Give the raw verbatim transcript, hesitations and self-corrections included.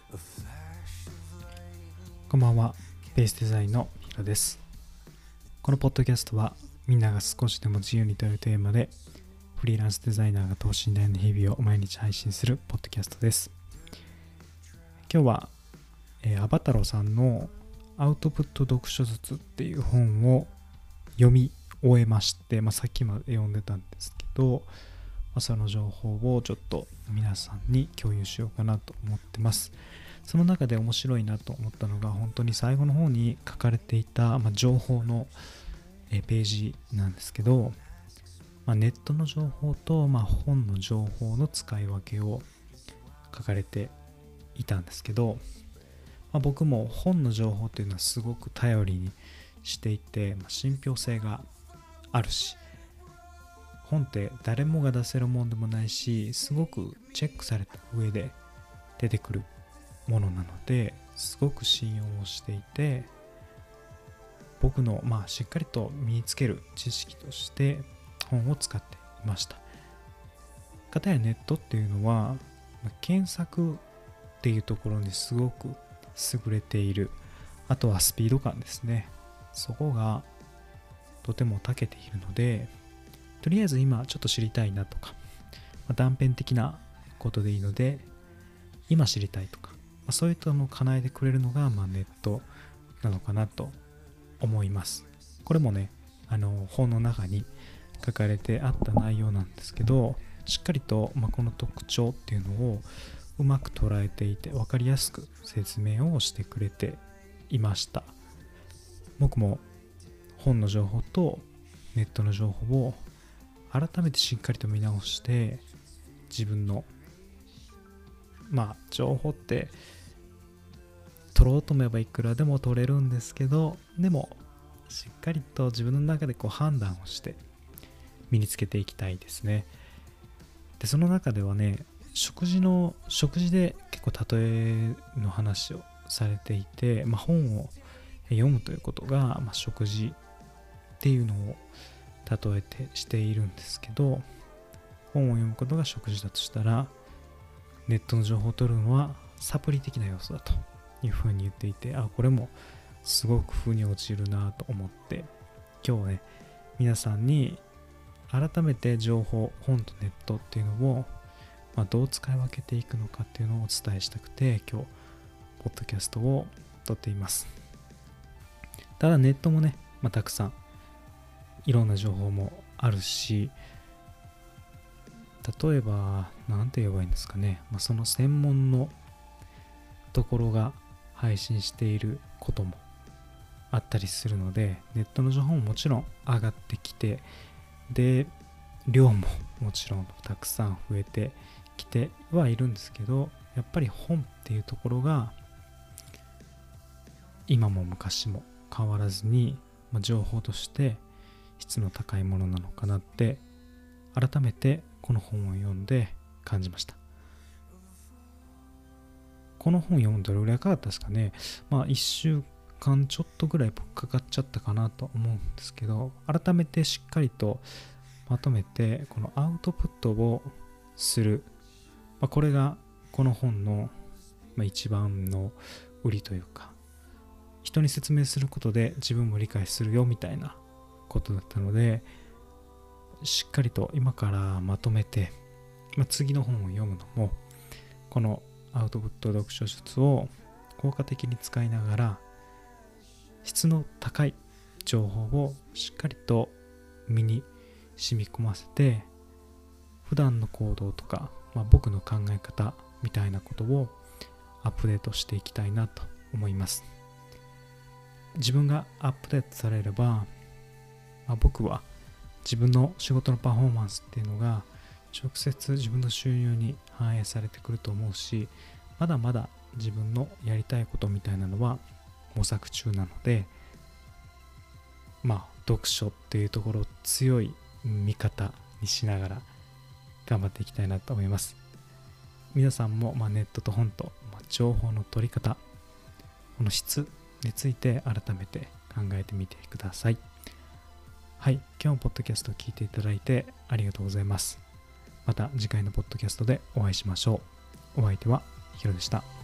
こんばんは、ベースデザインのヒロです。このポッドキャストはみんなが少しでも自由にというテーマでフリーランスデザイナーが等身大の日々を毎日配信するポッドキャストです。今日は、えー、アバタロさんのアウトプット読書術っていう本を読み終えまして、まあ、さっきまで読んでたんですけど、まあ、その情報をちょっと皆さんに共有しようかなと思ってます。その中で面白いなと思ったのが、本当に最後の方に書かれていた、まあ、情報のページなんですけど、まあ、ネットの情報と、まあ、本の情報の使い分けを書かれていたんですけど、まあ、僕も本の情報っていうのはすごく頼りにしていて、まあ、信憑性があるし、本って誰もが出せるもんでもないし、すごくチェックされた上で出てくるものなので、すごく信用をしていて、僕のまあしっかりと身につける知識として本を使っていました。かたやネットっていうのは検索っていうところにすごく優れている。あとはスピード感ですね。そこがとても長けているので、とりあえず今ちょっと知りたいなとか、まあ、断片的なことでいいので今知りたいとか、まあ、そういったのを叶えてくれるのが、まあ、ネットなのかなと思います。これもね、あの本の中に書かれてあった内容なんですけど、しっかりと、まあ、この特徴っていうのをうまく捉えていて分かりやすく説明をしてくれていました。僕も本の情報とネットの情報を改めてしっかりと見直して、自分のまあ情報って取ろうと思えばいくらでも取れるんですけど、でもしっかりと自分の中でこう判断をして身につけていきたいですね。でその中ではね、食事の食事で結構例えの話をされていて、まあ、本を読むということが、まあ、食事っていうのを例えてしているんですけど、本を読むことが食事だとしたら、ネットの情報を取るのはサプリ的な要素だというふうに言っていて、あ、これもすごく腑に落ちるなと思って、今日ね、皆さんに改めて情報、本とネットっていうのを、まあ、どう使い分けていくのかっていうのをお伝えしたくて、今日ポッドキャストを撮っています。ただネットもね、まあ、たくさんいろんな情報もあるし、例えば何て言えばいいんですかね、まあ、その専門のところが配信していることもあったりするので、ネットの情報ももちろん上がってきて、で量ももちろんたくさん増えてきてはいるんですけど、やっぱり本っていうところが今も昔も変わらずに、まあ、情報として質の高いものなのかなって改めてこの本を読んで感じました。この本読むどれぐらいかかったですかね。まあいっしゅうかんちょっとぐらいかかっちゃったかなと思うんですけど、改めてしっかりとまとめてこのアウトプットをする、まあ、これがこの本の一番の売りというか、人に説明することで自分も理解するよみたいなことだったので、しっかりと今からまとめて、まあ、次の本を読むのもこのアウトプット読書術を効果的に使いながら、質の高い情報をしっかりと身に染み込ませて、普段の行動とか、まあ、僕の考え方みたいなことをアップデートしていきたいなと思います。自分がアップデートされれば、まあ、僕は自分の仕事のパフォーマンスっていうのが直接自分の収入に反映されてくると思うし、まだまだ自分のやりたいことみたいなのは模索中なので、まあ読書っていうところを強い味方にしながら頑張っていきたいなと思います。皆さんも、まあ、ネットと本と、まあ、情報の取り方、この質について改めて考えてみてください。はい、今日もポッドキャストを聞いていただいてありがとうございます。また次回のポッドキャストでお会いしましょう。お相手はヒロでした。